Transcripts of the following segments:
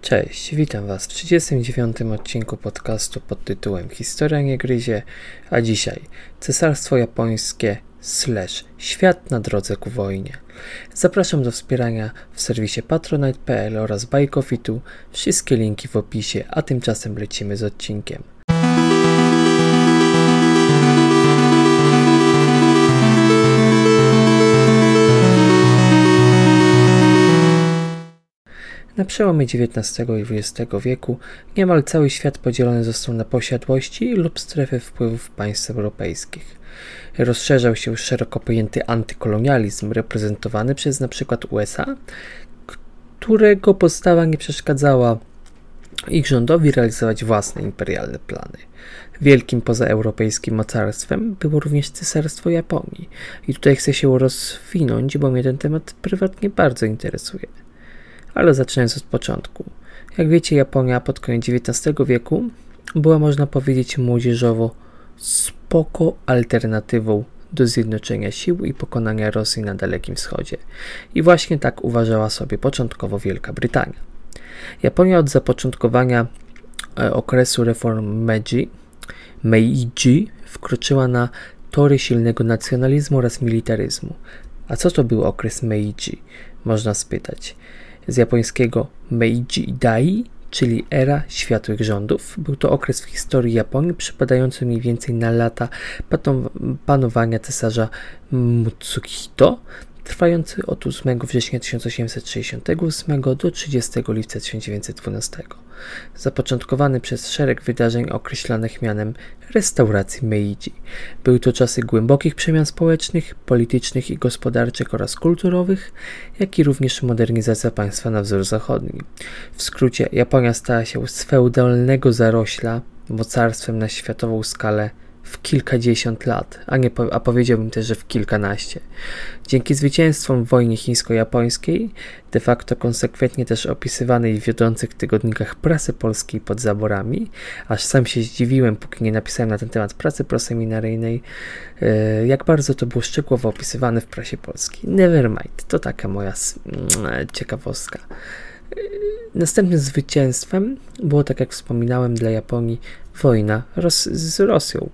Cześć, witam Was w 39. odcinku podcastu pod tytułem Historia nie gryzie, a dzisiaj Cesarstwo Japońskie / Świat na drodze ku wojnie. Zapraszam do wspierania w serwisie patronite.pl oraz Buy Coffee Tu. Wszystkie linki w opisie, a tymczasem lecimy z odcinkiem. Na przełomie XIX i XX wieku niemal cały świat podzielony został na posiadłości lub strefy wpływów państw europejskich. Rozszerzał się szeroko pojęty antykolonializm reprezentowany przez np. USA, którego postawa nie przeszkadzała ich rządowi realizować własne imperialne plany. Wielkim pozaeuropejskim mocarstwem było również Cesarstwo Japonii i tutaj chcę się rozwinąć, bo mnie ten temat prywatnie bardzo interesuje. Ale zaczynając od początku. Jak wiecie, Japonia pod koniec XIX wieku była, można powiedzieć, młodzieżowo spoko alternatywą do zjednoczenia sił i pokonania Rosji na Dalekim Wschodzie. I właśnie tak uważała sobie początkowo Wielka Brytania. Japonia od zapoczątkowania okresu reform Meiji wkroczyła na tory silnego nacjonalizmu oraz militaryzmu. A co to był okres Meiji? Można spytać. Z japońskiego Meiji-dai, czyli era światłych rządów. Był to okres w historii Japonii przypadający mniej więcej na lata panowania cesarza Mutsuhito, trwający od 8 września 1868 do 30 lipca 1912. Zapoczątkowany przez szereg wydarzeń określanych mianem restauracji Meiji. Były to czasy głębokich przemian społecznych, politycznych i gospodarczych oraz kulturowych, jak i również modernizacja państwa na wzór zachodni. W skrócie, Japonia stała się z feudalnego zarośla mocarstwem na światową skalę w kilkadziesiąt lat, a powiedziałbym też, że w kilkanaście. Dzięki zwycięstwom w wojnie chińsko-japońskiej, de facto konsekwentnie też opisywanej w wiodących tygodnikach prasy polskiej pod zaborami, aż sam się zdziwiłem, póki nie napisałem na ten temat pracy proseminaryjnej, jak bardzo to było szczegółowo opisywane w prasie polskiej. Never mind, to taka moja ciekawostka. Następnym zwycięstwem było, tak jak wspominałem, dla Japonii wojna z Rosją.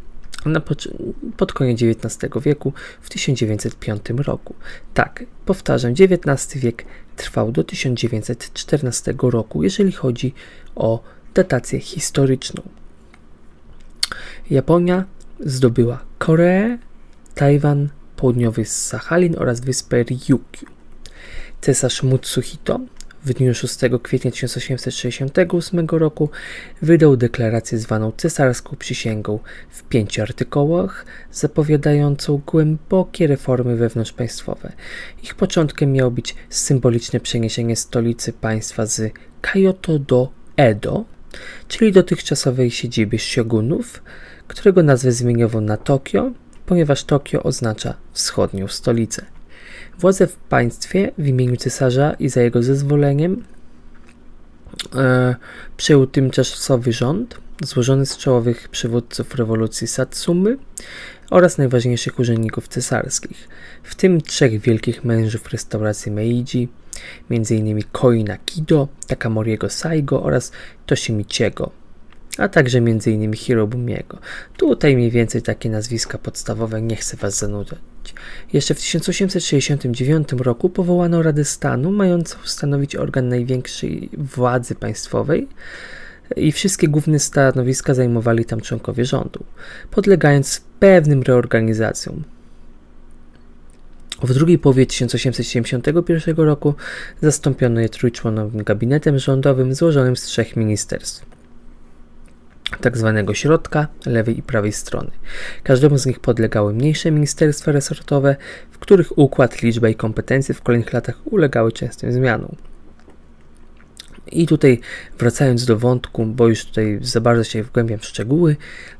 Pod koniec XIX wieku, w 1905 roku. Tak, powtarzam, XIX wiek trwał do 1914 roku, jeżeli chodzi o datację historyczną. Japonia zdobyła Koreę, Tajwan, południowy Sachalin oraz wyspę Ryukyu. Cesarz Mutsuhito w dniu 6 kwietnia 1868 roku wydał deklarację zwaną cesarską przysięgą w 5 artykułach, zapowiadającą głębokie reformy wewnątrzpaństwowe. Ich początkiem miało być symboliczne przeniesienie stolicy państwa z Kyoto do Edo, czyli dotychczasowej siedziby shogunów, którego nazwę zmieniono na Tokio, ponieważ Tokio oznacza wschodnią stolicę. Władzę w państwie w imieniu cesarza i za jego zezwoleniem przejął tymczasowy rząd złożony z czołowych przywódców rewolucji Satsumy oraz najważniejszych urzędników cesarskich, w tym 3 wielkich mężów restauracji Meiji, m.in. Koina Kido, Takamoriego Saigo oraz Toshimichiego, a także m.in. Hirobumiego. Tutaj mniej więcej takie nazwiska podstawowe, nie chcę Was zanudzać. Jeszcze w 1869 roku powołano Radę Stanu, mającą stanowić organ największej władzy państwowej i wszystkie główne stanowiska zajmowali tam członkowie rządu, podlegając pewnym reorganizacjom. W drugiej połowie 1871 roku zastąpiono je trójczłonowym gabinetem rządowym złożonym z 3 ministerstw, tak zwanego środka, lewej i prawej strony. Każdemu z nich podlegały mniejsze ministerstwa resortowe, w których układ, liczba i kompetencje w kolejnych latach ulegały częstym zmianom. I tutaj wracając do wątku, bo już tutaj za bardzo się wgłębiam w szczegóły,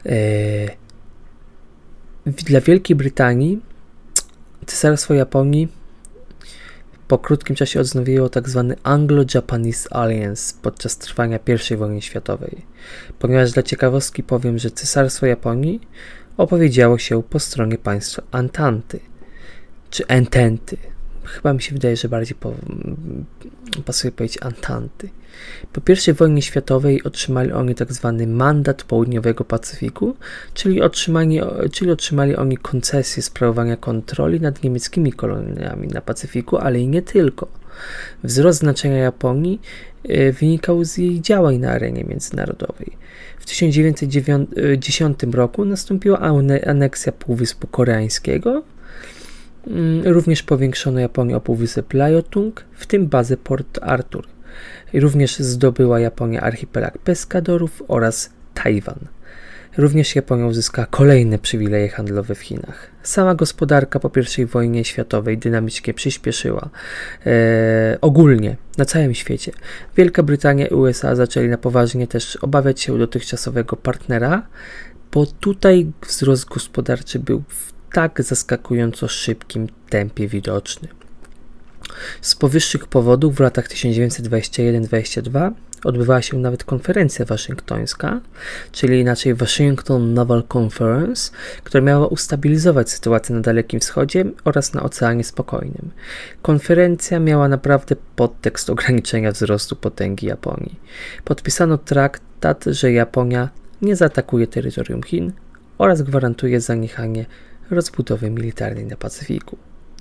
dla Wielkiej Brytanii Cesarstwo Japonii po krótkim czasie odnowiło tzw. Anglo-Japanese Alliance podczas trwania I wojny światowej. Ponieważ dla ciekawostki powiem, że Cesarstwo Japonii opowiedziało się po stronie państw Ententy, czy Ententy. chyba mi się wydaje, że bardziej pasuje powiedzieć Antanty. Po I wojnie światowej otrzymali oni tak zwany mandat Południowego Pacyfiku, czyli otrzymali oni koncesję sprawowania kontroli nad niemieckimi koloniami na Pacyfiku, ale i nie tylko. Wzrost znaczenia Japonii wynikał z jej działań na arenie międzynarodowej. W 1910 roku nastąpiła aneksja Półwyspu Koreańskiego. Również powiększono Japonię o Półwysep Liaotung, w tym bazę Port Arthur. Również zdobyła Japonia archipelag Pescadorów oraz Tajwan. Również Japonia uzyskała kolejne przywileje handlowe w Chinach. Sama gospodarka po I wojnie światowej dynamicznie przyspieszyła. Ogólnie, na całym świecie. Wielka Brytania i USA zaczęli na poważnie też obawiać się dotychczasowego partnera, bo tutaj wzrost gospodarczy był w tak zaskakująco szybkim tempie widoczny. Z powyższych powodów w latach 1921-22 odbywała się nawet konferencja waszyngtońska, czyli inaczej Washington Naval Conference, która miała ustabilizować sytuację na Dalekim Wschodzie oraz na Oceanie Spokojnym. Konferencja miała naprawdę podtekst ograniczenia wzrostu potęgi Japonii. Podpisano traktat, że Japonia nie zaatakuje terytorium Chin oraz gwarantuje zaniechanie rozbudowy militarnej na Pacyfiku.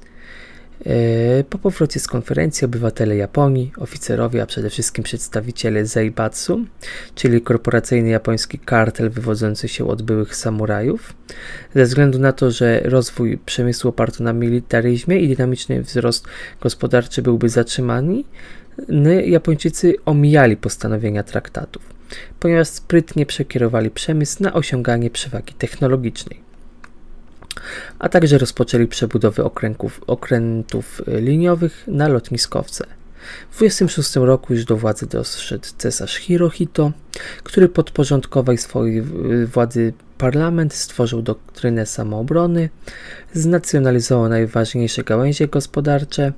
Po powrocie z konferencji obywatele Japonii, oficerowie, a przede wszystkim przedstawiciele Zaibatsu, czyli korporacyjny japoński kartel wywodzący się od byłych samurajów, ze względu na to, że rozwój przemysłu oparty na militaryzmie i dynamiczny wzrost gospodarczy byłby zatrzymany, Japończycy omijali postanowienia traktatów, ponieważ sprytnie przekierowali przemysł na osiąganie przewagi technologicznej, a także rozpoczęli przebudowę okrętów liniowych na lotniskowce. W 26 roku już do władzy doszedł cesarz Hirohito, który podporządkował swojej władzy parlament, stworzył doktrynę samoobrony, znacjonalizował najważniejsze gałęzie gospodarcze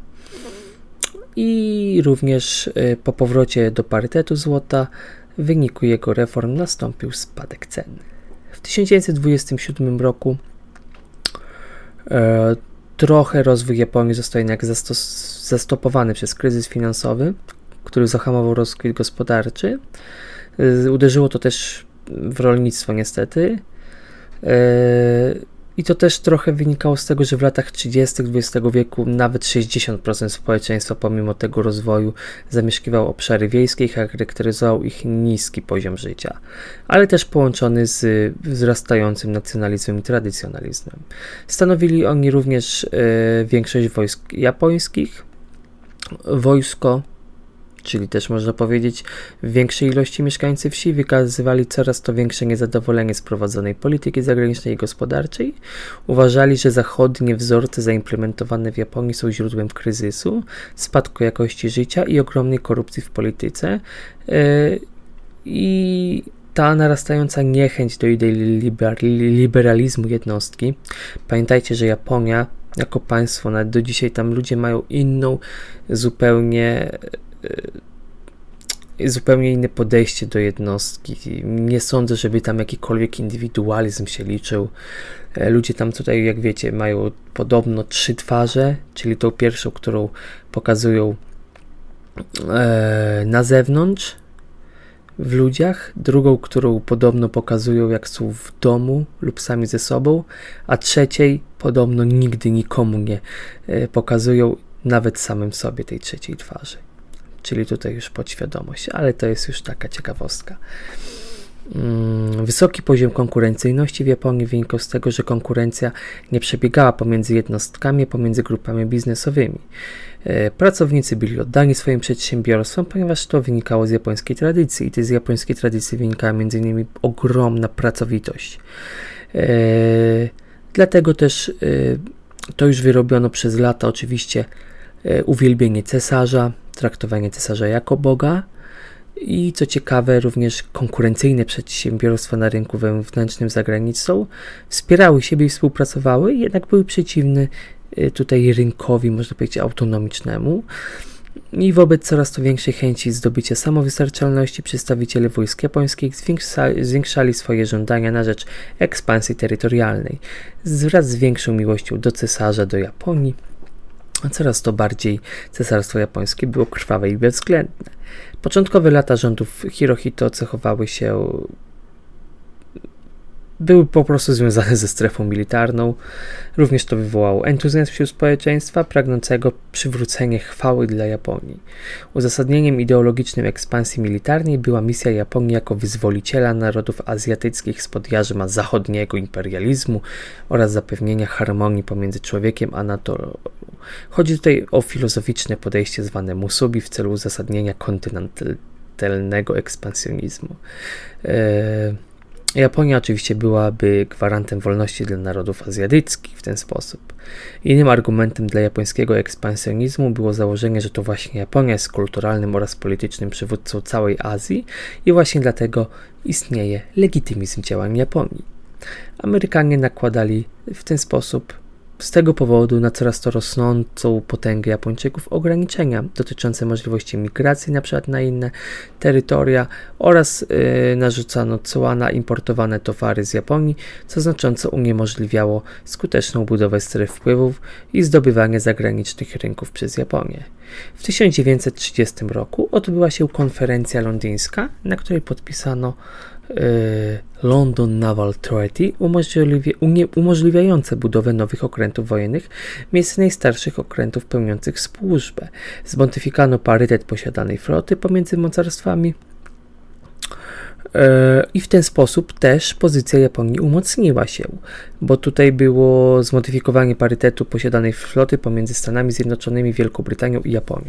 i również po powrocie do parytetu złota w wyniku jego reform nastąpił spadek cen. W 1927 roku trochę rozwój Japonii został jednak zastopowany przez kryzys finansowy, który zahamował rozkwit gospodarczy. Uderzyło to też w rolnictwo niestety. I to też trochę wynikało z tego, że w latach 30. XX wieku nawet 60% społeczeństwa pomimo tego rozwoju zamieszkiwało obszary wiejskie i charakteryzował ich niski poziom życia, ale też połączony z wzrastającym nacjonalizmem i tradycjonalizmem. Stanowili oni również większość wojsk japońskich. Wojsko, czyli też można powiedzieć w większej ilości mieszkańcy wsi, wykazywali coraz to większe niezadowolenie z prowadzonej polityki zagranicznej i gospodarczej. Uważali, że zachodnie wzorce zaimplementowane w Japonii są źródłem kryzysu, spadku jakości życia i ogromnej korupcji w polityce. I ta narastająca niechęć do idei liberalizmu jednostki. Pamiętajcie, że Japonia jako państwo, nawet do dzisiaj tam ludzie mają inną, zupełnie inne podejście do jednostki. Nie sądzę, żeby tam jakikolwiek indywidualizm się liczył. Ludzie tam tutaj, jak wiecie, mają podobno 3 twarze, czyli tą pierwszą, którą pokazują na zewnątrz w ludziach, drugą, którą podobno pokazują jak są w domu lub sami ze sobą, a trzeciej podobno nigdy nikomu nie pokazują, nawet samym sobie, tej trzeciej twarzy. Czyli tutaj już podświadomość, ale to jest już taka ciekawostka. Wysoki poziom konkurencyjności w Japonii wynikał z tego, że konkurencja nie przebiegała pomiędzy jednostkami, pomiędzy grupami biznesowymi. Pracownicy byli oddani swoim przedsiębiorstwom, ponieważ to wynikało z japońskiej tradycji i z japońskiej tradycji wynikała m.in. ogromna pracowitość. Dlatego też to już wyrobiono przez lata oczywiście uwielbienie cesarza, traktowanie cesarza jako Boga i co ciekawe również konkurencyjne przedsiębiorstwa na rynku wewnętrznym za granicą wspierały siebie i współpracowały, jednak były przeciwne tutaj rynkowi, można powiedzieć, autonomicznemu i wobec coraz to większej chęci zdobycia samowystarczalności przedstawiciele wojsk japońskich zwiększali swoje żądania na rzecz ekspansji terytorialnej wraz z większą miłością do cesarza, do Japonii. a coraz to bardziej cesarstwo japońskie było krwawe i bezwzględne. Początkowe lata rządów Hirohito były po prostu związane ze strefą militarną. Również to wywołało entuzjazm wśród społeczeństwa pragnącego przywrócenia chwały dla Japonii. Uzasadnieniem ideologicznym ekspansji militarnej była misja Japonii jako wyzwoliciela narodów azjatyckich spod jarzma zachodniego imperializmu oraz zapewnienia harmonii pomiędzy człowiekiem a naturą. Chodzi tutaj o filozoficzne podejście zwane musubi w celu uzasadnienia kontynentalnego ekspansjonizmu. Japonia oczywiście byłaby gwarantem wolności dla narodów azjatyckich w ten sposób. Innym argumentem dla japońskiego ekspansjonizmu było założenie, że to właśnie Japonia jest kulturalnym oraz politycznym przywódcą całej Azji i właśnie dlatego istnieje legitymizm działań Japonii. Amerykanie nakładali w ten sposób z tego powodu na coraz to rosnącą potęgę Japończyków ograniczenia dotyczące możliwości migracji np. na inne terytoria oraz narzucano cła na importowane towary z Japonii, co znacząco uniemożliwiało skuteczną budowę stref wpływów i zdobywanie zagranicznych rynków przez Japonię. W 1930 roku odbyła się konferencja londyńska, na której podpisano London Naval Treaty umożliwiające budowę nowych okrętów wojennych miejsce najstarszych okrętów pełniących służbę. Zmodyfikowano parytet posiadanej floty pomiędzy mocarstwami i w ten sposób też pozycja Japonii umocniła się, bo tutaj było zmodyfikowanie parytetu posiadanej floty pomiędzy Stanami Zjednoczonymi, Wielką Brytanią i Japonią.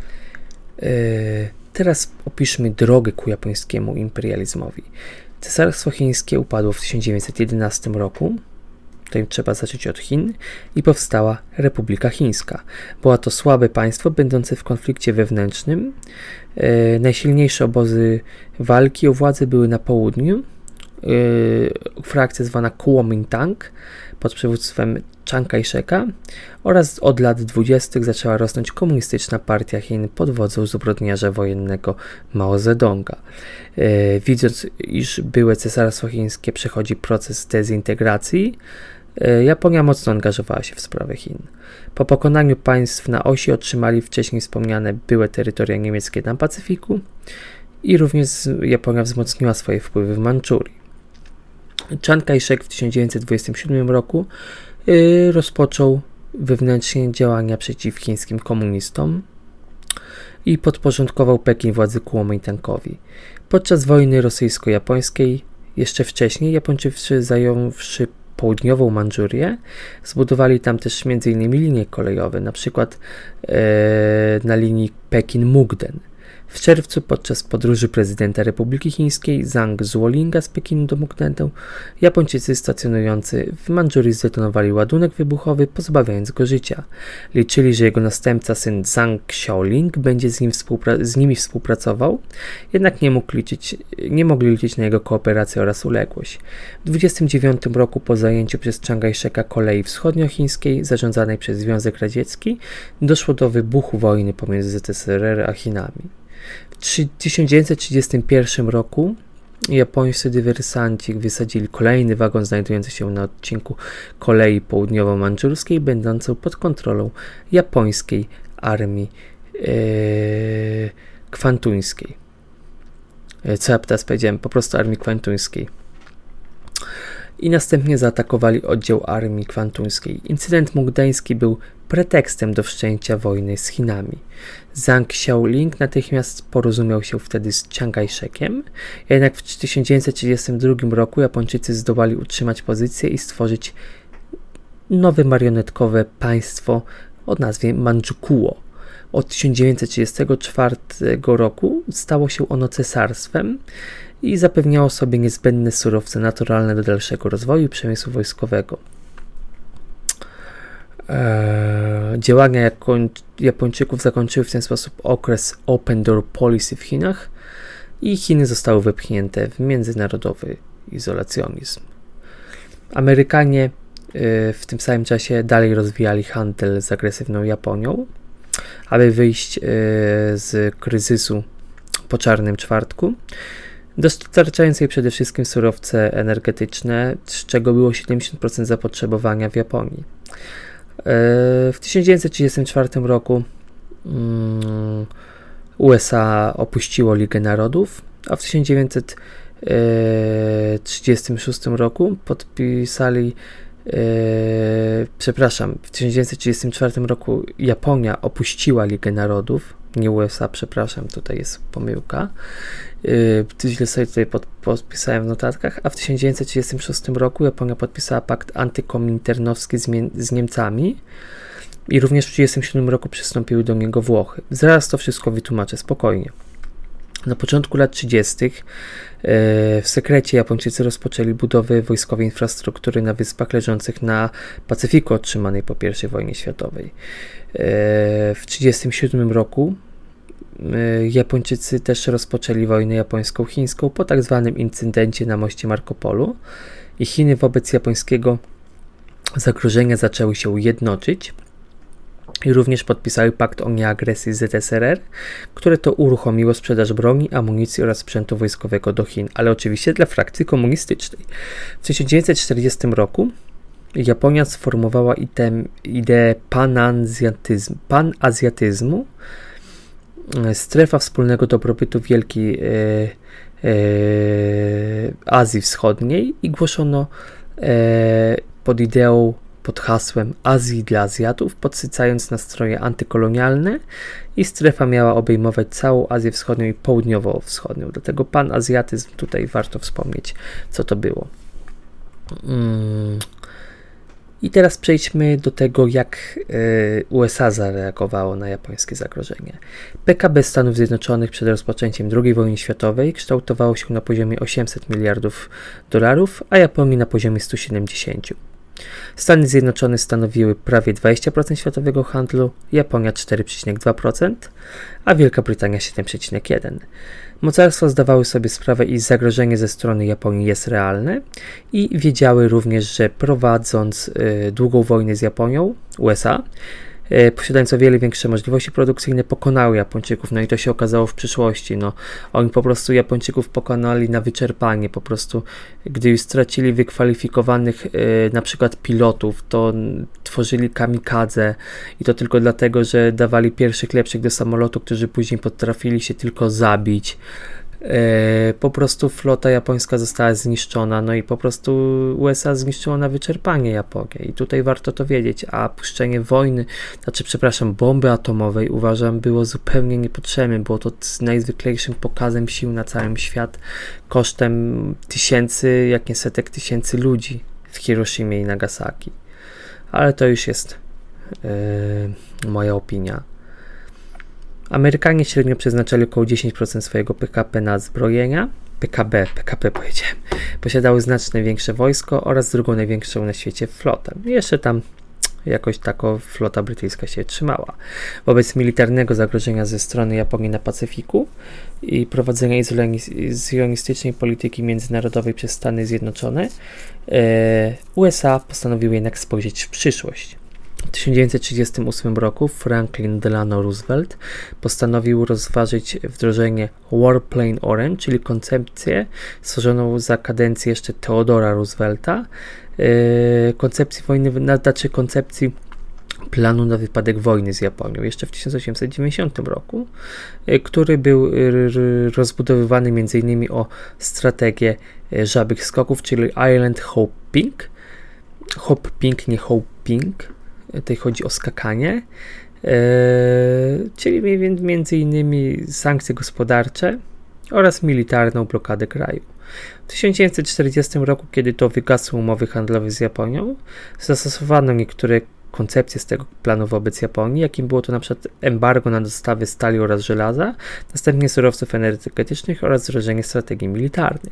Teraz opiszmy drogę ku japońskiemu imperializmowi. Cesarstwo chińskie upadło w 1911 roku, tutaj trzeba zacząć od Chin, i powstała Republika Chińska. Była to słabe państwo będące w konflikcie wewnętrznym. Najsilniejsze obozy walki o władzę były na południu. Frakcja zwana Kuomintang pod przywództwem Chiang Kai-sheka oraz od lat 20. zaczęła rosnąć komunistyczna partia Chin pod wodzą zbrodniarza wojennego Mao Zedonga. Widząc, iż byłe cesarstwo chińskie przechodzi proces dezintegracji, Japonia mocno angażowała się w sprawę Chin. Po pokonaniu państw na osi otrzymali wcześniej wspomniane byłe terytoria niemieckie na Pacyfiku i również Japonia wzmocniła swoje wpływy w Mandżurii. Chiang Kai-shek w 1927 roku rozpoczął wewnętrznie działania przeciw chińskim komunistom i podporządkował Pekin władzy Kuomintangowi. Podczas wojny rosyjsko-japońskiej, jeszcze wcześniej, Japończycy zająwszy południową Mandżurię, zbudowali tam też m.in. linie kolejowe, np. na linii Pekin-Mukden. W czerwcu podczas podróży prezydenta Republiki Chińskiej Zhang Zuolinga z Pekinu do Mukdenu, Japończycy stacjonujący w Mandżurii zdetonowali ładunek wybuchowy, pozbawiając go życia. Liczyli, że jego następca, syn Zhang Xiaoling, będzie z nimi współpracował, jednak nie mogli liczyć na jego kooperację oraz uległość. W 1929 roku po zajęciu przez Chiang Kai-sheka kolei wschodniochińskiej zarządzanej przez Związek Radziecki doszło do wybuchu wojny pomiędzy ZSRR a Chinami. W 1931 roku japońscy dywersanci wysadzili kolejny wagon znajdujący się na odcinku kolei południowo-mandżurskiej, będącą pod kontrolą japońskiej armii kwantuńskiej. Co ja teraz powiedziałem? Po prostu armii kwantuńskiej. I następnie zaatakowali oddział armii kwantuńskiej. Incydent mukdeński był pretekstem do wszczęcia wojny z Chinami. Zhang Xiaoling natychmiast porozumiał się wtedy z Chiang Kai-shekiem, jednak w 1932 roku Japończycy zdołali utrzymać pozycję i stworzyć nowe marionetkowe państwo o nazwie Mandżukuo. Od 1934 roku stało się ono cesarstwem i zapewniało sobie niezbędne surowce naturalne do dalszego rozwoju przemysłu wojskowego. Działania Japończyków zakończyły w ten sposób okres Open Door Policy w Chinach i Chiny zostały wepchnięte w międzynarodowy izolacjonizm. Amerykanie w tym samym czasie dalej rozwijali handel z agresywną Japonią, aby wyjść z kryzysu po Czarnym Czwartku, dostarczając jej przede wszystkim surowce energetyczne, z czego było 70% zapotrzebowania w Japonii. W 1934 roku USA opuściło Ligę Narodów, a w 1936 roku w 1934 roku Japonia opuściła Ligę Narodów, nie USA, przepraszam, tutaj jest pomyłka. Źle sobie tutaj podpisałem w notatkach, a w 1936 roku Japonia podpisała pakt antykominternowski z Niemcami i również w 1937 roku przystąpiły do niego Włochy. Zaraz to wszystko wytłumaczę, spokojnie. Na początku lat 30. W sekrecie Japończycy rozpoczęli budowę wojskowej infrastruktury na wyspach leżących na Pacyfiku otrzymanej po I wojnie światowej. W 1937 roku Japończycy też rozpoczęli wojnę japońsko-chińską po tak zwanym incydencie na moście Marco Polo i Chiny wobec japońskiego zagrożenia zaczęły się jednoczyć i również podpisały pakt o nieagresji z ZSRR, które to uruchomiło sprzedaż broni, amunicji oraz sprzętu wojskowego do Chin, ale oczywiście dla frakcji komunistycznej. W 1940 roku Japonia sformułowała ideę panazjatyzmu, strefa wspólnego dobrobytu Wielkiej Azji Wschodniej i głoszono pod hasłem Azji dla Azjatów, podsycając nastroje antykolonialne i strefa miała obejmować całą Azję Wschodnią i Południowo-Wschodnią. Dlatego panazjatyzm, tutaj warto wspomnieć, co to było. I teraz przejdźmy do tego, jak USA zareagowało na japońskie zagrożenie. PKB Stanów Zjednoczonych przed rozpoczęciem II wojny światowej kształtowało się na poziomie 800 miliardów dolarów, a Japonii na poziomie 170. Stany Zjednoczone stanowiły prawie 20% światowego handlu, Japonia 4,2%, a Wielka Brytania 7,1%. Mocarstwa zdawały sobie sprawę, iż zagrożenie ze strony Japonii jest realne i wiedziały również, że prowadząc długą wojnę z Japonią, USA, posiadając o wiele większe możliwości produkcyjne, pokonały Japończyków, no i to się okazało w przyszłości, oni po prostu Japończyków pokonali na wyczerpanie, po prostu gdy już stracili wykwalifikowanych na przykład pilotów, to tworzyli kamikadze i to tylko dlatego, że dawali pierwszych lepszych do samolotu, którzy później potrafili się tylko zabić. Po prostu flota japońska została zniszczona, no i po prostu USA zniszczyło na wyczerpanie Japonię i tutaj warto to wiedzieć, a puszczenie bomby atomowej uważam było zupełnie niepotrzebne, było to najzwyklejszym pokazem sił na całym świat kosztem tysięcy, jak nie setek tysięcy ludzi w Hiroshimie i Nagasaki, ale to już jest moja opinia. Amerykanie średnio przeznaczali około 10% swojego PKB na zbrojenia. PKB powiedziałem. Posiadały znacznie większe wojsko oraz drugą największą na świecie flotę. Jeszcze tam jakoś taka flota brytyjska się trzymała. Wobec militarnego zagrożenia ze strony Japonii na Pacyfiku i prowadzenia izolacjonistycznej polityki międzynarodowej przez Stany Zjednoczone, USA postanowiły jednak spojrzeć w przyszłość. W 1938 roku Franklin Delano Roosevelt postanowił rozważyć wdrożenie Warplane Orange, czyli koncepcję stworzoną za kadencji jeszcze Theodora Roosevelta, koncepcji planu na wypadek wojny z Japonią jeszcze w 1890 roku, który był rozbudowywany m.in. o strategię żabych skoków, czyli Island Hopping. Hopping, nie hoping. Tutaj chodzi o skakanie, czyli między innymi sankcje gospodarcze oraz militarną blokadę kraju. W 1940 roku, kiedy to wygasły umowy handlowe z Japonią, zastosowano niektóre koncepcje z tego planu wobec Japonii, jakim było to na przykład embargo na dostawy stali oraz żelaza, następnie surowców energetycznych oraz wdrożenie strategii militarnej.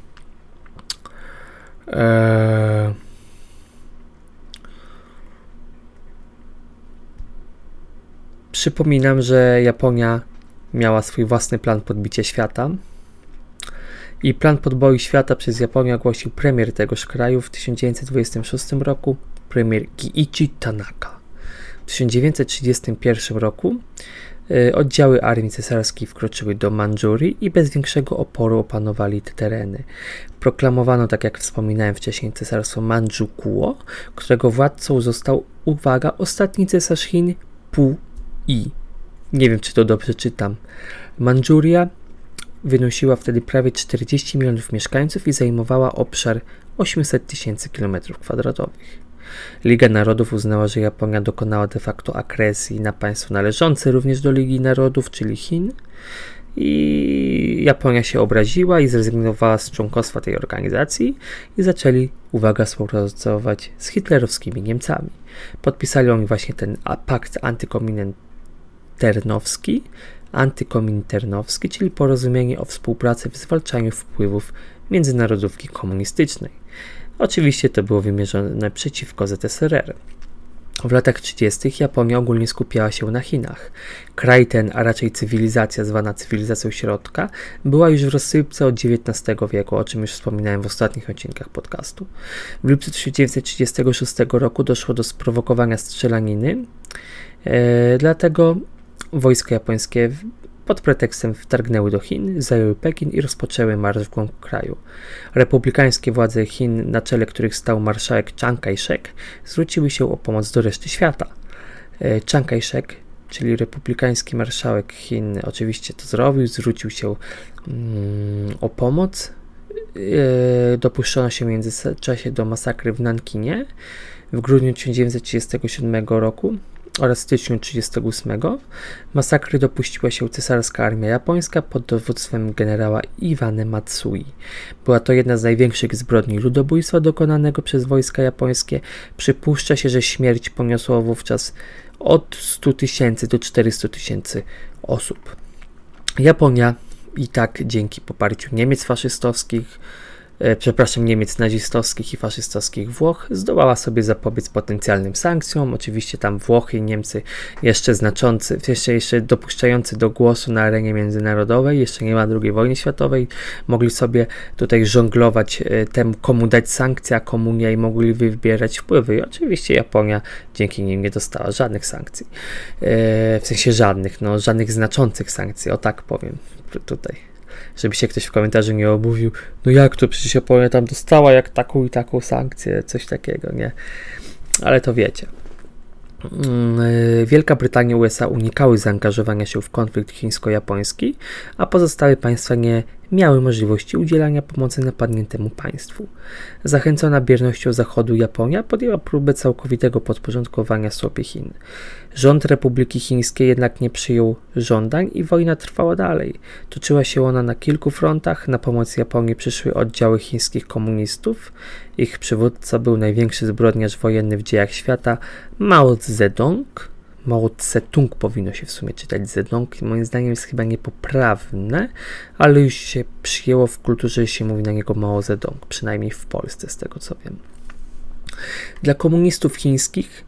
Przypominam, że Japonia miała swój własny plan podbicia świata i plan podboju świata przez Japonię ogłosił premier tegoż kraju w 1926 roku, premier Kiichi Tanaka. W 1931 roku Oddziały armii cesarskiej wkroczyły do Mandżurii i bez większego oporu opanowali te tereny. Proklamowano, tak jak wspominałem wcześniej, cesarstwo Mandżukuo, którego władcą został, uwaga, ostatni cesarz Chin Pu-i. Nie wiem, czy to dobrze czytam. Mandżuria wynosiła wtedy prawie 40 milionów mieszkańców i zajmowała obszar 800 000 km². Liga Narodów uznała, że Japonia dokonała de facto agresji na państwo należące również do Ligi Narodów, czyli Chin, i Japonia się obraziła i zrezygnowała z członkostwa tej organizacji i zaczęli, uwaga, współpracować z hitlerowskimi Niemcami. Podpisali oni właśnie ten pakt antyminternowski, czyli porozumienie o współpracy w zwalczaniu wpływów międzynarodówki komunistycznej. Oczywiście to było wymierzone przeciwko ZSRR. W latach 30. Japonia ogólnie skupiała się na Chinach. Kraj ten, a raczej cywilizacja zwana cywilizacją środka, była już w rozsypce od XIX wieku, o czym już wspominałem w ostatnich odcinkach podcastu. W lipcu 1936 roku doszło do sprowokowania strzelaniny, dlatego wojska japońskie pod pretekstem wtargnęły do Chin, zajęły Pekin i rozpoczęły marsz w głąb kraju. Republikańskie władze Chin, na czele których stał marszałek Chiang Kai-shek, zwróciły się o pomoc do reszty świata. Chiang Kai-shek, czyli republikański marszałek Chin, oczywiście to zrobił, zwrócił się o pomoc. Dopuszczono się w międzyczasie do masakry w Nankinie w grudniu 1937 roku oraz w styczniu 1938. Masakry dopuściła się cesarska armia japońska pod dowództwem generała Iwane Matsui. Była to jedna z największych zbrodni ludobójstwa dokonanego przez wojska japońskie. Przypuszcza się, że śmierć poniosło wówczas od 100 000 do 400 000 osób. Japonia i tak dzięki poparciu Niemiec nazistowskich i faszystowskich Włoch zdołała sobie zapobiec potencjalnym sankcjom. Oczywiście tam Włochy i Niemcy jeszcze dopuszczający do głosu na arenie międzynarodowej, jeszcze nie ma II wojny światowej, mogli sobie tutaj żonglować temu, komu dać sankcje, a komu nie, i mogli wybierać wpływy. I oczywiście Japonia dzięki nim nie dostała żadnych sankcji. W sensie żadnych znaczących sankcji, o tak powiem tutaj. Żeby się ktoś w komentarzu nie oburzył, no jak to, przecież Japonia tam dostała jak taką i taką sankcję, coś takiego, nie? Ale to wiecie. Wielka Brytania i USA unikały zaangażowania się w konflikt chińsko-japoński, a pozostałe państwa nie miały możliwości udzielania pomocy napadniętemu państwu. Zachęcona biernością Zachodu, Japonia podjęła próbę całkowitego podporządkowania sobie Chin. Rząd Republiki Chińskiej jednak nie przyjął żądań i wojna trwała dalej. Toczyła się ona na kilku frontach. Na pomoc Japonii przyszły oddziały chińskich komunistów. Ich przywódca był największy zbrodniarz wojenny w dziejach świata, Mao Zedong. Mao Tse-tung powinno się w sumie czytać Zedong. Moim zdaniem jest chyba niepoprawne, ale już się przyjęło w kulturze, że się mówi na niego Mao Zedong, przynajmniej w Polsce, z tego co wiem. Dla komunistów chińskich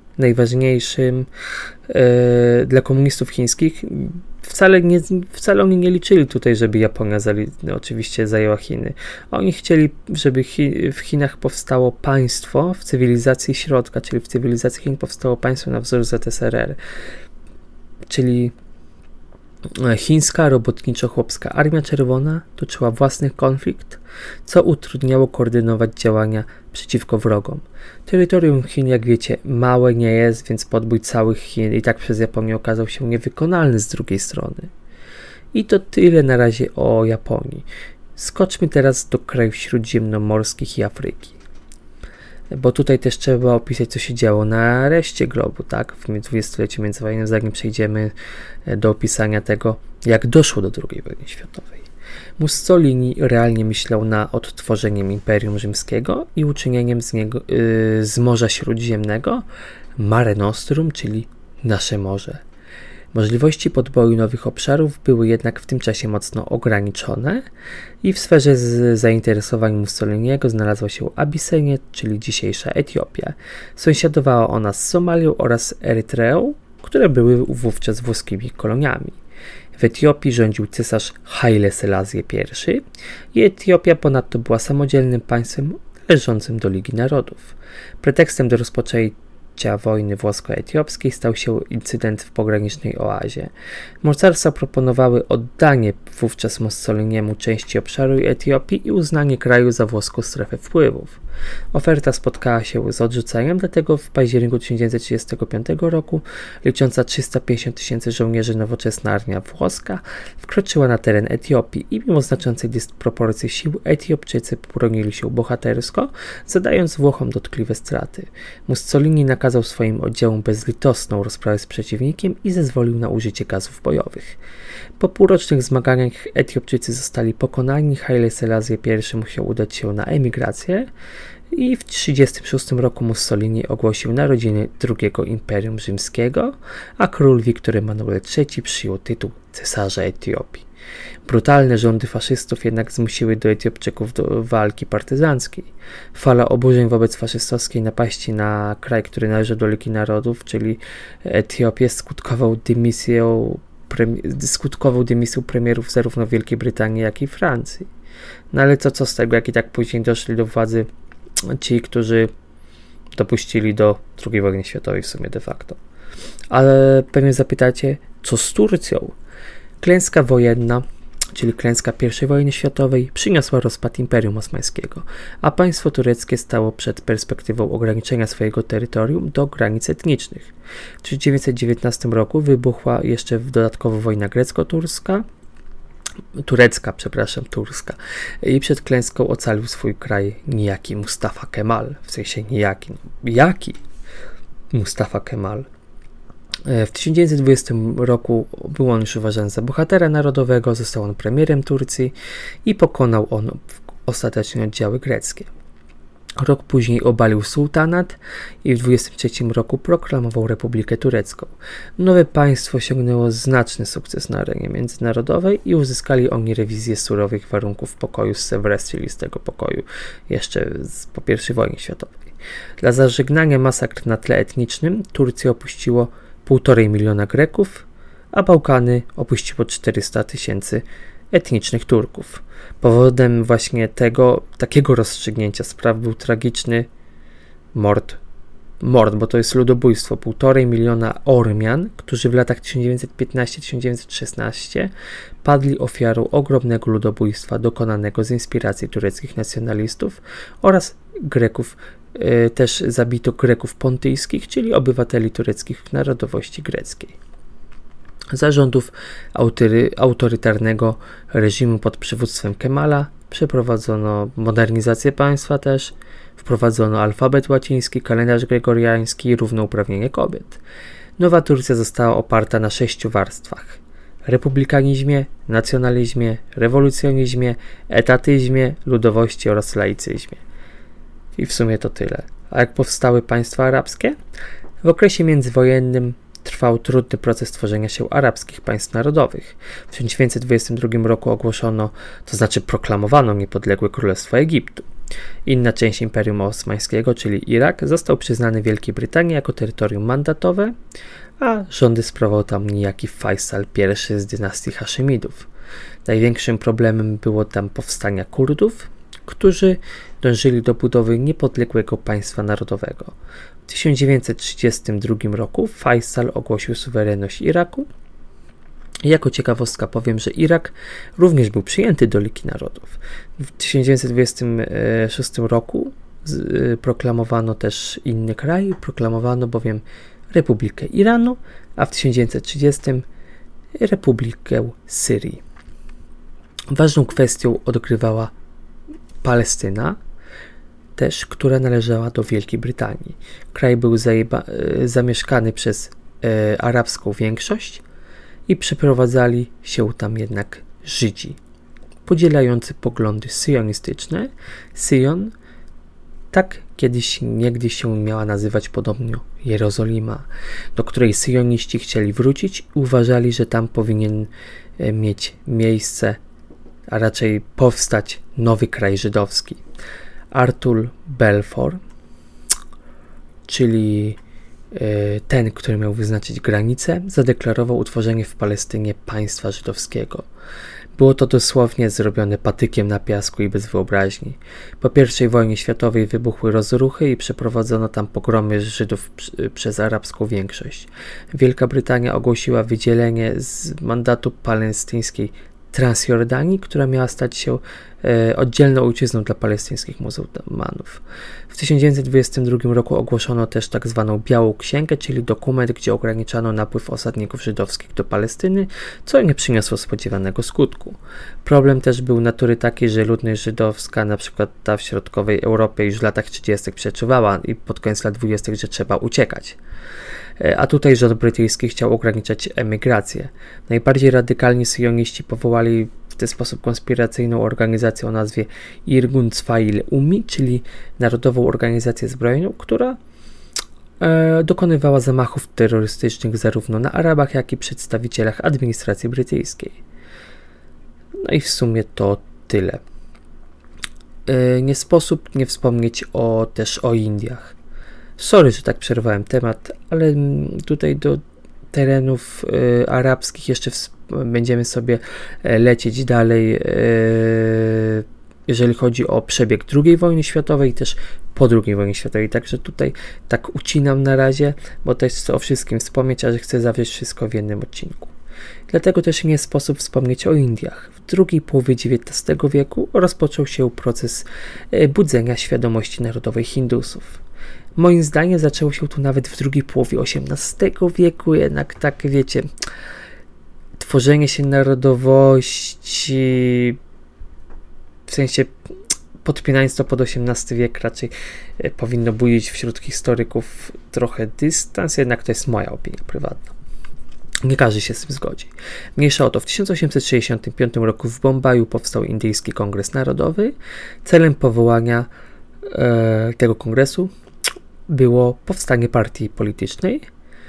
wcale oni nie liczyli tutaj, żeby Japonia oczywiście zajęła Chiny. Oni chcieli, żeby w Chinach powstało państwo w cywilizacji środka, czyli w cywilizacji Chin powstało państwo na wzór ZSRR, czyli chińska robotniczo-chłopska Armia Czerwona toczyła własny konflikt, co utrudniało koordynować działania przeciwko wrogom. Terytorium Chin, jak wiecie, małe nie jest, więc podbój całych Chin i tak przez Japonię okazał się niewykonalny z drugiej strony. I to tyle na razie o Japonii. Skoczmy teraz do krajów śródziemnomorskich i Afryki. Bo tutaj też trzeba opisać, co się działo na reszcie globu, tak? W dwudziestoleciu międzywojennym, zanim przejdziemy do opisania tego, jak doszło do II wojny światowej. Mussolini realnie myślał nad odtworzeniem Imperium Rzymskiego i uczynieniem z Morza Śródziemnego Mare Nostrum, czyli nasze morze. Możliwości podboju nowych obszarów były jednak w tym czasie mocno ograniczone i w sferze zainteresowań Mussoliniego znalazła się Abysynia, czyli dzisiejsza Etiopia. Sąsiadowała ona z Somalią oraz Erytreą, które były wówczas włoskimi koloniami. W Etiopii rządził cesarz Haile Selassie I Etiopia ponadto była samodzielnym państwem należącym do Ligi Narodów. Pretekstem do rozpoczęcia rozpoczęcia wojny włosko-etiopskiej stał się incydent w pogranicznej oazie. Mocarstwa proponowały oddanie wówczas Mussoliniemu części obszaru Etiopii i uznanie kraju za włoską strefę wpływów. Oferta spotkała się z odrzuceniem, dlatego w październiku 1935 roku licząca 350 000 żołnierzy nowoczesna armia włoska wkroczyła na teren Etiopii i mimo znaczącej dysproporcji sił Etiopczycy bronili się bohatersko, zadając Włochom dotkliwe straty. Mussolini nakazał swoim oddziałom bezlitosną rozprawę z przeciwnikiem i zezwolił na użycie gazów bojowych. Po półrocznych zmaganiach Etiopczycy zostali pokonani, Haile Selassie I musiał udać się na emigrację i w 1936 roku Mussolini ogłosił narodziny II Imperium Rzymskiego, a król Wiktor Emanuel III przyjął tytuł cesarza Etiopii. Brutalne rządy faszystów jednak zmusiły do Etiopczyków do walki partyzanckiej. Fala oburzeń wobec faszystowskiej napaści na kraj, który należy do Ligi Narodów, czyli Etiopię, skutkował dymisją premierów zarówno Wielkiej Brytanii, jak i Francji. No ale co z tego, jak i tak później doszli do władzy ci, którzy dopuścili do II wojny światowej w sumie de facto. Ale pewnie zapytacie, co z Turcją? Klęska wojenna, czyli klęska I wojny światowej, przyniosła rozpad Imperium Osmańskiego, a państwo tureckie stało przed perspektywą ograniczenia swojego terytorium do granic etnicznych. W 1919 roku wybuchła jeszcze dodatkowo wojna turecka. I przed klęską ocalił swój kraj niejaki Mustafa Kemal, w sensie jaki Mustafa Kemal. W 1920 roku był on już uważany za bohatera narodowego, został on premierem Turcji i pokonał on ostatecznie oddziały greckie. Rok później obalił sułtanat i w 1923 roku proklamował Republikę Turecką. Nowe państwo osiągnęło znaczny sukces na arenie międzynarodowej i uzyskali oni rewizję surowych warunków pokoju z Sevres, czyli z tego pokoju jeszcze po I wojnie światowej. Dla zażegnania masakr na tle etnicznym Turcję opuściło 1,5 miliona Greków, a Bałkany opuściło 400 000 etnicznych Turków. Powodem właśnie takiego rozstrzygnięcia spraw był tragiczny mord, bo to jest ludobójstwo 1,5 miliona Ormian, którzy w latach 1915-1916 padli ofiarą ogromnego ludobójstwa dokonanego z inspiracji tureckich nacjonalistów oraz Greków. Też zabito Greków pontyjskich, czyli obywateli tureckich narodowości greckiej. Za rządów autorytarnego reżimu pod przywództwem Kemala przeprowadzono modernizację państwa też, wprowadzono alfabet łaciński, kalendarz gregoriański i równouprawnienie kobiet. Nowa Turcja została oparta na 6 warstwach: republikanizmie, nacjonalizmie, rewolucjonizmie, etatyzmie, ludowości oraz laicyzmie. I w sumie to tyle. A jak powstały państwa arabskie? W okresie międzywojennym trwał trudny proces tworzenia się arabskich państw narodowych. W 1922 roku ogłoszono, to znaczy proklamowano niepodległe Królestwo Egiptu. Inna część Imperium Osmańskiego, czyli Irak, został przyznany Wielkiej Brytanii jako terytorium mandatowe, a rządy sprawował tam niejaki Faisal I z dynastii Haszemidów. Największym problemem było tam powstania Kurdów, którzy dążyli do budowy niepodległego państwa narodowego. W 1932 roku Faisal ogłosił suwerenność Iraku. Jako ciekawostka powiem, że Irak również był przyjęty do Ligi Narodów. W 1926 roku proklamowano też inny kraj, proklamowano bowiem Republikę Iranu, a w 1930 Republikę Syrii. Ważną kwestią odgrywała Palestyna, też, która należała do Wielkiej Brytanii. Kraj był zamieszkany przez arabską większość i przeprowadzali się tam jednak Żydzi, podzielający poglądy syjonistyczne. Syjon, tak niegdyś się miała nazywać podobno Jerozolima, do której syjoniści chcieli wrócić i uważali, że tam powinien mieć miejsce, a raczej powstać nowy kraj żydowski. Artur Balfour, czyli ten, który miał wyznaczyć granice, zadeklarował utworzenie w Palestynie państwa żydowskiego. Było to dosłownie zrobione patykiem na piasku i bez wyobraźni. Po I wojnie światowej wybuchły rozruchy i przeprowadzono tam pogromy Żydów przez arabską większość. Wielka Brytania ogłosiła wydzielenie z mandatu palestyńskiej Transjordanii, która miała stać się oddzielną ojczyzną dla palestyńskich muzułmanów. W 1922 roku ogłoszono też tak zwaną Białą Księgę, czyli dokument, gdzie ograniczano napływ osadników żydowskich do Palestyny, co nie przyniosło spodziewanego skutku. Problem też był natury takiej, że ludność żydowska, na przykład ta w środkowej Europie, już w latach 30. przeczuwała i pod koniec lat 20., że trzeba uciekać. A tutaj rząd brytyjski chciał ograniczać emigrację. Najbardziej radykalni syjoniści powołali w ten sposób konspiracyjną organizację o nazwie Irgun Tzwail Umi, czyli Narodową Organizację Zbrojną, która dokonywała zamachów terrorystycznych zarówno na Arabach, jak i przedstawicielach administracji brytyjskiej. No i w sumie to tyle. Nie sposób nie wspomnieć też o Indiach. Sorry, że tak przerwałem temat, ale tutaj do terenów arabskich jeszcze będziemy sobie lecieć dalej, jeżeli chodzi o przebieg II wojny światowej i też po II wojnie światowej. Także tutaj tak ucinam na razie, bo też chcę o wszystkim wspomnieć, a że chcę zawrzeć wszystko w jednym odcinku. Dlatego też nie sposób wspomnieć o Indiach. W drugiej połowie XIX wieku rozpoczął się proces budzenia świadomości narodowej Hindusów. Moim zdaniem zaczęło się to nawet w drugiej połowie XVIII wieku, jednak tak wiecie, tworzenie się narodowości, w sensie podpinając to pod XVIII wiek, raczej powinno budzić wśród historyków trochę dystans, jednak to jest moja opinia prywatna. Nie każdy się z tym zgodzi. Mniejsza o to, w 1865 roku w Bombaju powstał Indyjski Kongres Narodowy. Celem powołania tego kongresu było powstanie partii politycznej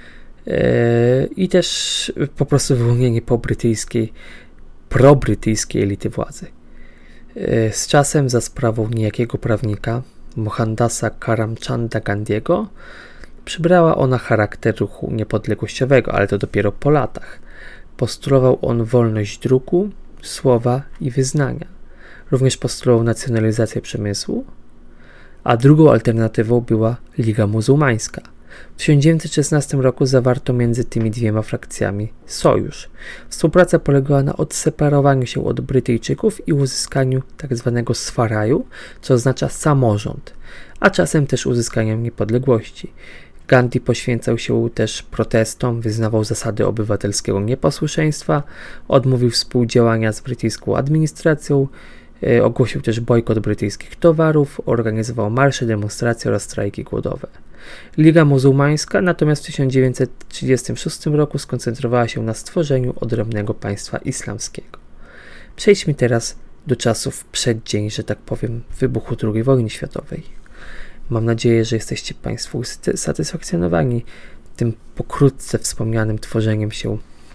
i też po prostu wyłonienie probrytyjskiej elity władzy. Z czasem za sprawą niejakiego prawnika Mohandasa Karamchanda Gandhiego przybrała ona charakter ruchu niepodległościowego, ale to dopiero po latach. Postulował on wolność druku, słowa i wyznania. Również postulował nacjonalizację przemysłu, a drugą alternatywą była Liga Muzułmańska. W 1916 roku zawarto między tymi dwiema frakcjami sojusz. Współpraca polegała na odseparowaniu się od Brytyjczyków i uzyskaniu tzw. swaraju, co oznacza samorząd, a czasem też uzyskaniu niepodległości. Gandhi poświęcał się też protestom, wyznawał zasady obywatelskiego nieposłuszeństwa, odmówił współdziałania z brytyjską administracją, ogłosił też bojkot brytyjskich towarów, organizował marsze, demonstracje oraz strajki głodowe. Liga Muzułmańska natomiast w 1936 roku skoncentrowała się na stworzeniu odrębnego państwa islamskiego. Przejdźmy teraz do czasów przeddzień, że tak powiem, wybuchu II wojny światowej. Mam nadzieję, że jesteście Państwo usatysfakcjonowani tym pokrótce wspomnianym tworzeniem się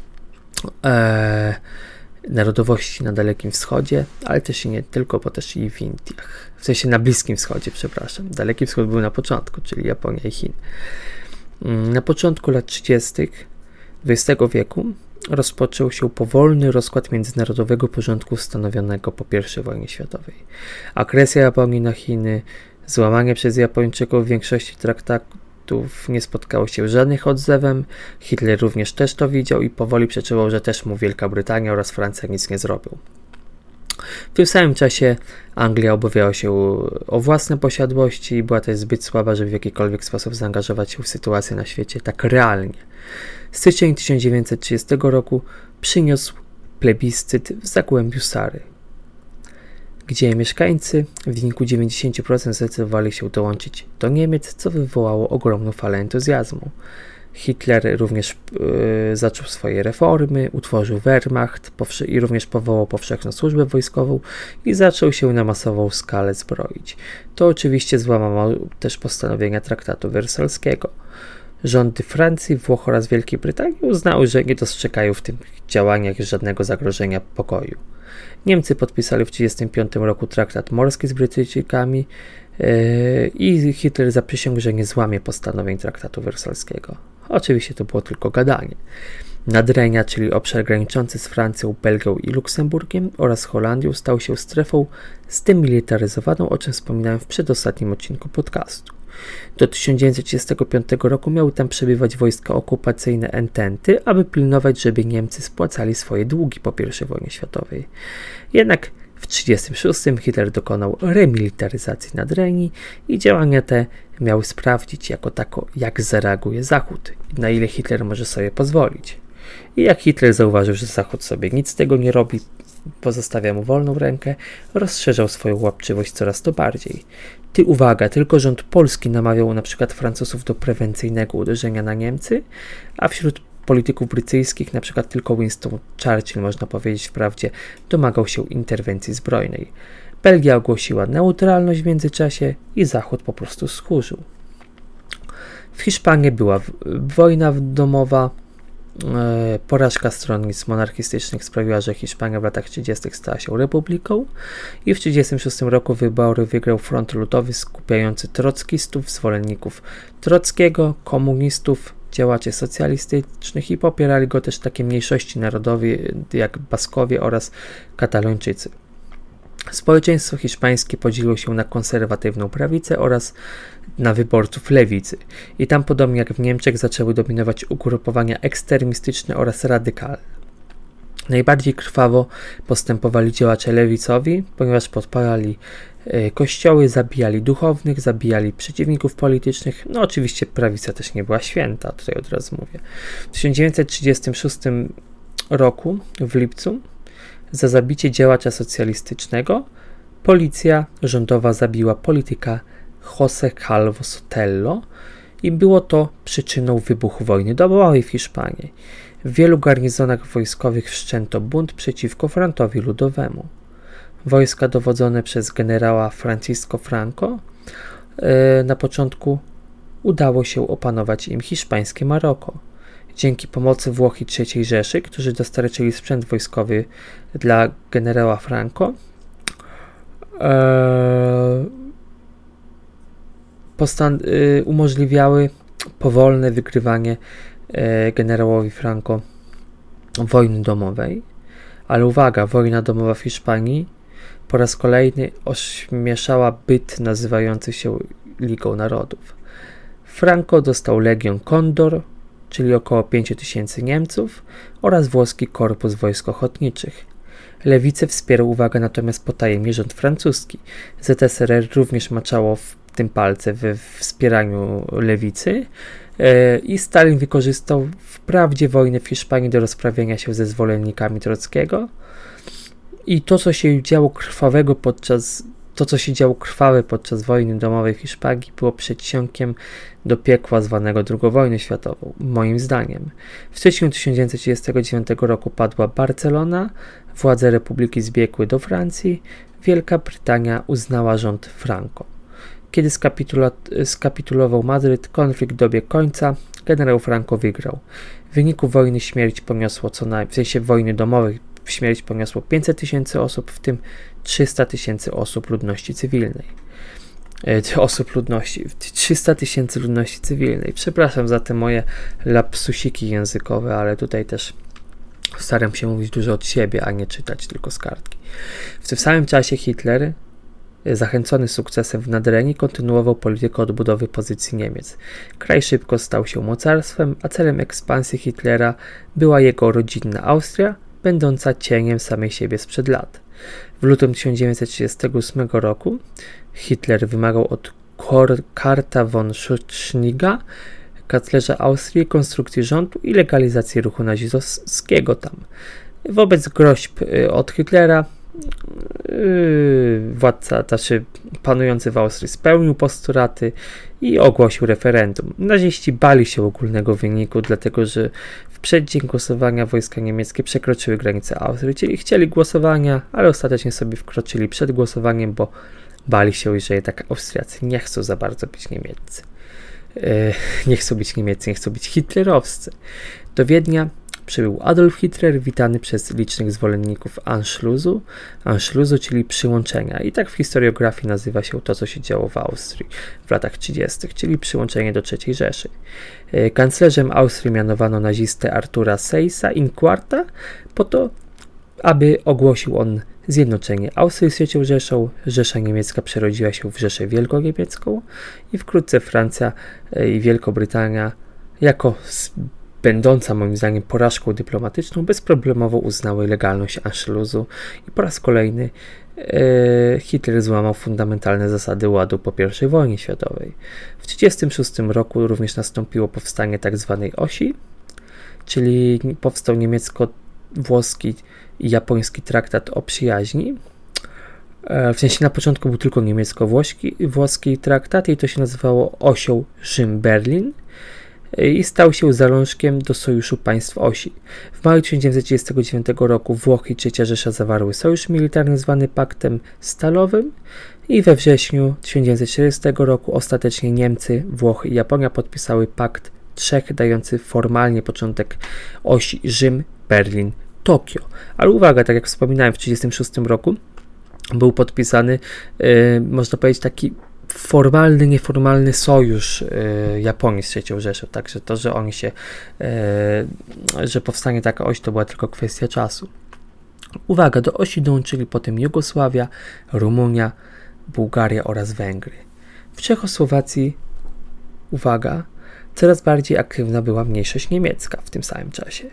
narodowości na Dalekim Wschodzie, ale też i nie tylko, bo też i w Indiach. W sensie na Bliskim Wschodzie, przepraszam. Daleki Wschód był na początku, czyli Japonia i Chiny. Na początku lat 30. XX wieku rozpoczął się powolny rozkład międzynarodowego porządku stanowionego po I wojnie światowej. Agresja Japonii na Chiny, złamanie przez Japończyków większości traktatów nie spotkało się żadnych odzewem. Hitler również też to widział i powoli przeczuwał, że też mu Wielka Brytania oraz Francja nic nie zrobią. W tym samym czasie Anglia obawiała się o własne posiadłości i była też zbyt słaba, żeby w jakikolwiek sposób zaangażować się w sytuację na świecie tak realnie. Styczeń 1930 roku przyniósł plebiscyt w Zagłębiu Sary, gdzie mieszkańcy w wyniku 90% zdecydowali się dołączyć do Niemiec, co wywołało ogromną falę entuzjazmu. Hitler również zaczął swoje reformy, utworzył Wehrmacht i również powołał powszechną służbę wojskową i zaczął się na masową skalę zbroić. To oczywiście złamało też postanowienia traktatu wersalskiego. Rządy Francji, Włoch oraz Wielkiej Brytanii uznały, że nie dostrzegają w tych działaniach żadnego zagrożenia pokoju. Niemcy podpisali w 1935 roku traktat morski z Brytyjczykami i Hitler zaprzysiągł, że nie złamie postanowień traktatu wersalskiego. Oczywiście to było tylko gadanie. Nadrenia, czyli obszar graniczący z Francją, Belgią i Luksemburgiem oraz Holandią, stał się strefą zdemilitaryzowaną, o czym wspominałem w przedostatnim odcinku podcastu. Do 1935 roku miały tam przebywać wojska okupacyjne Ententy, aby pilnować, żeby Niemcy spłacali swoje długi po I wojnie światowej. Jednak w 1936 Hitler dokonał remilitaryzacji Nadrenii i działania te miały sprawdzić jako tako, jak zareaguje Zachód i na ile Hitler może sobie pozwolić. I jak Hitler zauważył, że Zachód sobie nic z tego nie robi, pozostawia mu wolną rękę, rozszerzał swoją łapczywość coraz to bardziej. Uwaga, tylko rząd polski namawiał na przykład Francuzów do prewencyjnego uderzenia na Niemcy, a wśród polityków brytyjskich na przykład tylko Winston Churchill, można powiedzieć wprawdzie, domagał się interwencji zbrojnej. Belgia ogłosiła neutralność w międzyczasie i Zachód po prostu schórzył. W Hiszpanii była wojna domowa. Porażka stronnictw monarchistycznych sprawiła, że Hiszpania w latach 30. stała się republiką i w 1936 roku wybory wygrał Front Ludowy skupiający trockistów, zwolenników Trockiego, komunistów, działaczy socjalistycznych i popierali go też takie mniejszości narodowe jak Baskowie oraz Katalończycy. Społeczeństwo hiszpańskie podzieliło się na konserwatywną prawicę oraz na wyborców lewicy. I tam, podobnie jak w Niemczech, zaczęły dominować ugrupowania ekstremistyczne oraz radykalne. Najbardziej krwawo postępowali działacze lewicowi, ponieważ podpalali kościoły, zabijali duchownych, zabijali przeciwników politycznych. No oczywiście prawica też nie była święta, tutaj od razu mówię. W 1936 roku, w lipcu, za zabicie działacza socjalistycznego policja rządowa zabiła polityka José Calvo Sotelo i było to przyczyną wybuchu wojny domowej w Hiszpanii. W wielu garnizonach wojskowych wszczęto bunt przeciwko frontowi ludowemu. Wojska dowodzone przez generała Francisco Franco na początku udało się opanować im hiszpańskie Maroko. Dzięki pomocy Włoch i III Rzeszy, którzy dostarczyli sprzęt wojskowy dla generała Franco, umożliwiały powolne wygrywanie generałowi Franco wojny domowej. Ale uwaga, wojna domowa w Hiszpanii po raz kolejny ośmieszała byt nazywający się Ligą Narodów. Franco dostał Legion Condor, czyli około 5000 Niemców oraz włoski korpus wojsk ochotniczych. Lewicę wspierał, uwaga, natomiast potajemnie rząd francuski. ZSRR również maczało w tym palce we wspieraniu lewicy i Stalin wykorzystał wprawdzie wojnę w Hiszpanii do rozprawienia się ze zwolennikami Trockiego i to, co się działo krwawe podczas wojny domowej w Hiszpanii, było przedsionkiem do piekła zwanego II wojną światową, moim zdaniem. W styczniu 1939 roku padła Barcelona, władze republiki zbiegły do Francji, Wielka Brytania uznała rząd Franco. Kiedy skapitulował Madryt, konflikt dobiegł końca, generał Franco wygrał. W wyniku wojny śmierć poniosło wojny domowej śmierć poniosło 500 000 osób, w tym 300 000 osób ludności cywilnej. 300 000 ludności cywilnej. Przepraszam za te moje lapsusiki językowe, ale tutaj też staram się mówić dużo od siebie, a nie czytać tylko z kartki. W tym samym czasie Hitler, zachęcony sukcesem w Nadrenii, kontynuował politykę odbudowy pozycji Niemiec. Kraj szybko stał się mocarstwem, a celem ekspansji Hitlera była jego rodzinna Austria, będąca cieniem samej siebie sprzed lat. W lutym 1938 roku Hitler wymagał od Karta von Schniga, kanclerza Austrii, konstrukcji rządu i legalizacji ruchu nazistowskiego tam. Wobec groźb od Hitlera władca, panujący w Austrii, spełnił postulaty i ogłosił referendum. Naziści bali się ogólnego wyniku, dlatego że w przeddzień głosowania wojska niemieckie przekroczyły granice Austrii, czyli chcieli głosowania, ale ostatecznie sobie wkroczyli przed głosowaniem, bo bali się, że jednak Austriacy nie chcą za bardzo być niemieccy. Nie chcą być niemieccy, nie chcą być hitlerowscy. Do Wiednia przybył Adolf Hitler, witany przez licznych zwolenników Anschlussu, czyli przyłączenia. I tak w historiografii nazywa się to, co się działo w Austrii w latach 30., czyli przyłączenie do III Rzeszy. Kanclerzem Austrii mianowano nazistę Artura Seyssa in Quarta po to, aby ogłosił on zjednoczenie Austrii z III Rzeszą. Rzesza niemiecka przerodziła się w Rzeszę Wielkoniemiecką i wkrótce Francja i Wielkobrytania, jako będąca moim zdaniem porażką dyplomatyczną, bezproblemowo uznały legalność Anschlussu i po raz kolejny Hitler złamał fundamentalne zasady ładu po I wojnie światowej. W 1936 roku również nastąpiło powstanie tzw. osi, czyli powstał niemiecko-włoski i japoński traktat o przyjaźni. W sensie na początku był tylko niemiecko-włoski traktat i to się nazywało osią Rzym-Berlin i stał się zalążkiem do Sojuszu Państw Osi. W maju 1939 roku Włochy i III Rzesza zawarły sojusz militarny zwany Paktem Stalowym i we wrześniu 1940 roku ostatecznie Niemcy, Włochy i Japonia podpisały Pakt Trzech, dający formalnie początek osi Rzym-Berlin-Tokio. Ale uwaga, tak jak wspominałem, w 1936 roku był podpisany, można powiedzieć, taki formalny, nieformalny sojusz Japonii z III Rzeszą, także to, że oni się, że powstanie taka oś, to była tylko kwestia czasu. Uwaga, do osi dołączyli potem Jugosławia, Rumunia, Bułgaria oraz Węgry. W Czechosłowacji, uwaga, coraz bardziej aktywna była mniejszość niemiecka w tym samym czasie.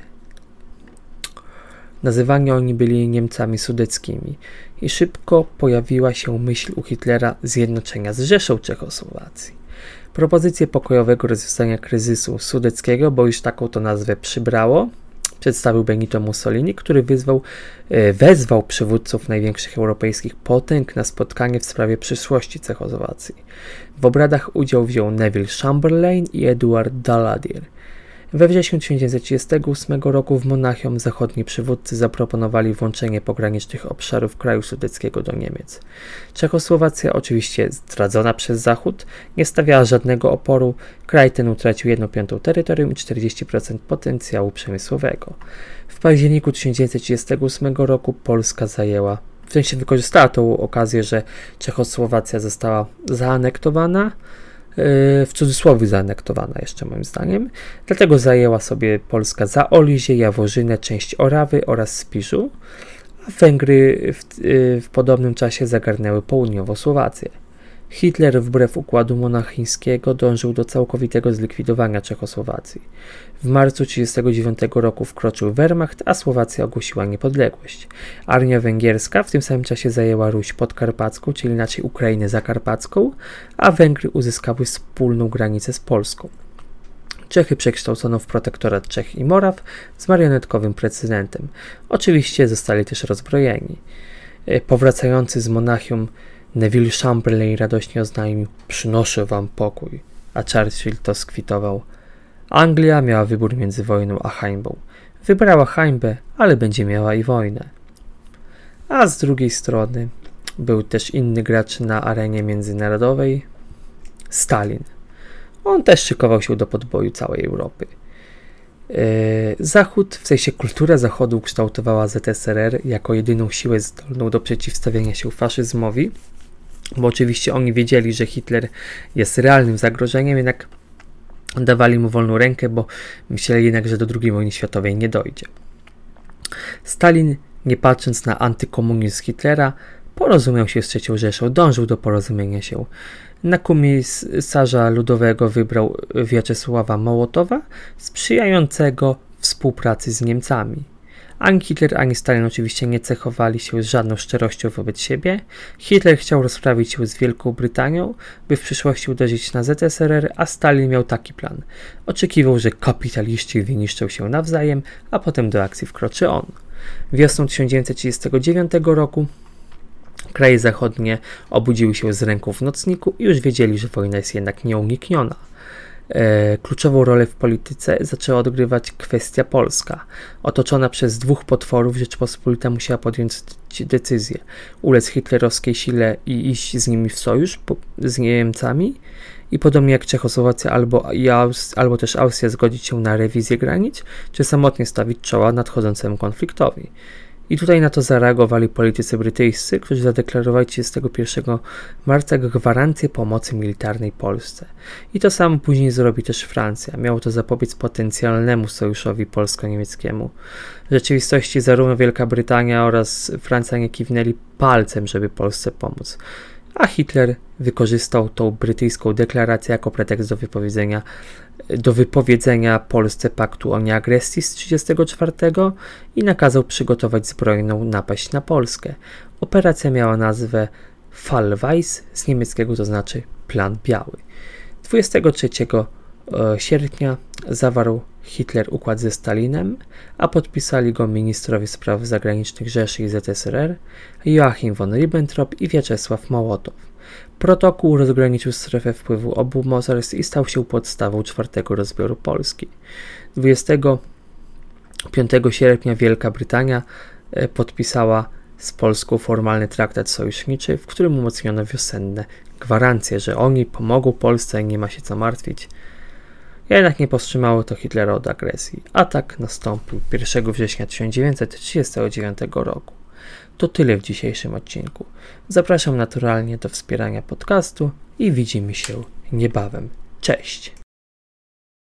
Nazywani oni byli Niemcami sudeckimi i szybko pojawiła się myśl u Hitlera zjednoczenia z Rzeszą Czechosłowacji. Propozycję pokojowego rozwiązania kryzysu sudeckiego, bo już taką to nazwę przybrało, przedstawił Benito Mussolini, który wezwał przywódców największych europejskich potęg na spotkanie w sprawie przyszłości Czechosłowacji. W obradach udział wziął Neville Chamberlain i Eduard Daladier. We wrześniu 1938 roku w Monachium zachodni przywódcy zaproponowali włączenie pogranicznych obszarów kraju sudeckiego do Niemiec. Czechosłowacja, oczywiście zdradzona przez Zachód, nie stawiała żadnego oporu. Kraj ten utracił 1/5 terytorium i 40% potencjału przemysłowego. W październiku 1938 roku Polska wykorzystała tą okazję, że Czechosłowacja została zaanektowana, w cudzysłowie zaanektowana jeszcze moim zdaniem, dlatego zajęła sobie Polska Zaolizie, Jaworzynę, część Orawy oraz Spiżu, a Węgry w podobnym czasie zagarnęły południowo-Słowację. Hitler wbrew układu monachijskiego dążył do całkowitego zlikwidowania Czechosłowacji. W marcu 1939 roku wkroczył Wehrmacht, a Słowacja ogłosiła niepodległość. Armia węgierska w tym samym czasie zajęła Ruś Podkarpacką, czyli inaczej Ukrainę Zakarpacką, a Węgry uzyskały wspólną granicę z Polską. Czechy przekształcono w protektorat Czech i Moraw z marionetkowym prezydentem. Oczywiście zostali też rozbrojeni. Powracający z Monachium Neville Chamberlain radośnie oznajmił: przynoszę wam pokój, a Churchill to skwitował: Anglia miała wybór między wojną a hańbą. Wybrała hańbę, ale będzie miała i wojnę. A z drugiej strony był też inny gracz na arenie międzynarodowej, Stalin. On też szykował się do podboju całej Europy. Zachód, w sensie kultura Zachodu kształtowała ZSRR jako jedyną siłę zdolną do przeciwstawienia się faszyzmowi, bo oczywiście oni wiedzieli, że Hitler jest realnym zagrożeniem, jednak dawali mu wolną rękę, bo myśleli jednak, że do II wojny światowej nie dojdzie. Stalin, nie patrząc na antykomunizm Hitlera, porozumiał się z III Rzeszą, dążył do porozumienia się. Na komisarza ludowego wybrał Wiaczesława Mołotowa, sprzyjającego współpracy z Niemcami. Ani Hitler, ani Stalin oczywiście nie cechowali się żadną szczerością wobec siebie. Hitler chciał rozprawić się z Wielką Brytanią, by w przyszłości uderzyć na ZSRR, a Stalin miał taki plan. Oczekiwał, że kapitaliści wyniszczą się nawzajem, a potem do akcji wkroczy on. Wiosną 1939 roku kraje zachodnie obudziły się z ręką w nocniku i już wiedzieli, że wojna jest jednak nieunikniona. Kluczową rolę w polityce zaczęła odgrywać kwestia polska. Otoczona przez dwóch potworów, Rzeczpospolita musiała podjąć decyzję: ulec hitlerowskiej sile i iść z nimi w sojusz z Niemcami, i podobnie jak Czechosłowacja albo też Austria zgodzić się na rewizję granic, czy samotnie stawić czoła nadchodzącemu konfliktowi. I tutaj na to zareagowali politycy brytyjscy, którzy zadeklarowali 31 marca gwarancję pomocy militarnej Polsce. I to samo później zrobi też Francja. Miało to zapobiec potencjalnemu sojuszowi polsko-niemieckiemu. W rzeczywistości zarówno Wielka Brytania oraz Francja nie kiwnęli palcem, żeby Polsce pomóc. A Hitler wykorzystał tą brytyjską deklarację jako pretekst do wypowiedzenia Polsce paktu o nieagresji z 1934 i nakazał przygotować zbrojną napaść na Polskę. Operacja miała nazwę Fall Weiß, z niemieckiego to znaczy Plan Biały. 23 sierpnia zawarł Hitler układ ze Stalinem, a podpisali go ministrowie spraw zagranicznych Rzeszy i ZSRR, Joachim von Ribbentrop i Wiaczesław Mołotow. Protokół rozgraniczył strefę wpływu obu mocarstw i stał się podstawą czwartego rozbioru Polski. 25 sierpnia Wielka Brytania podpisała z Polską formalny traktat sojuszniczy, w którym umocniono wiosenne gwarancje, że oni pomogą Polsce i nie ma się co martwić. Jednak nie powstrzymało to Hitlera od agresji. Atak nastąpił 1 września 1939 roku. To tyle w dzisiejszym odcinku. Zapraszam naturalnie do wspierania podcastu i widzimy się niebawem. Cześć!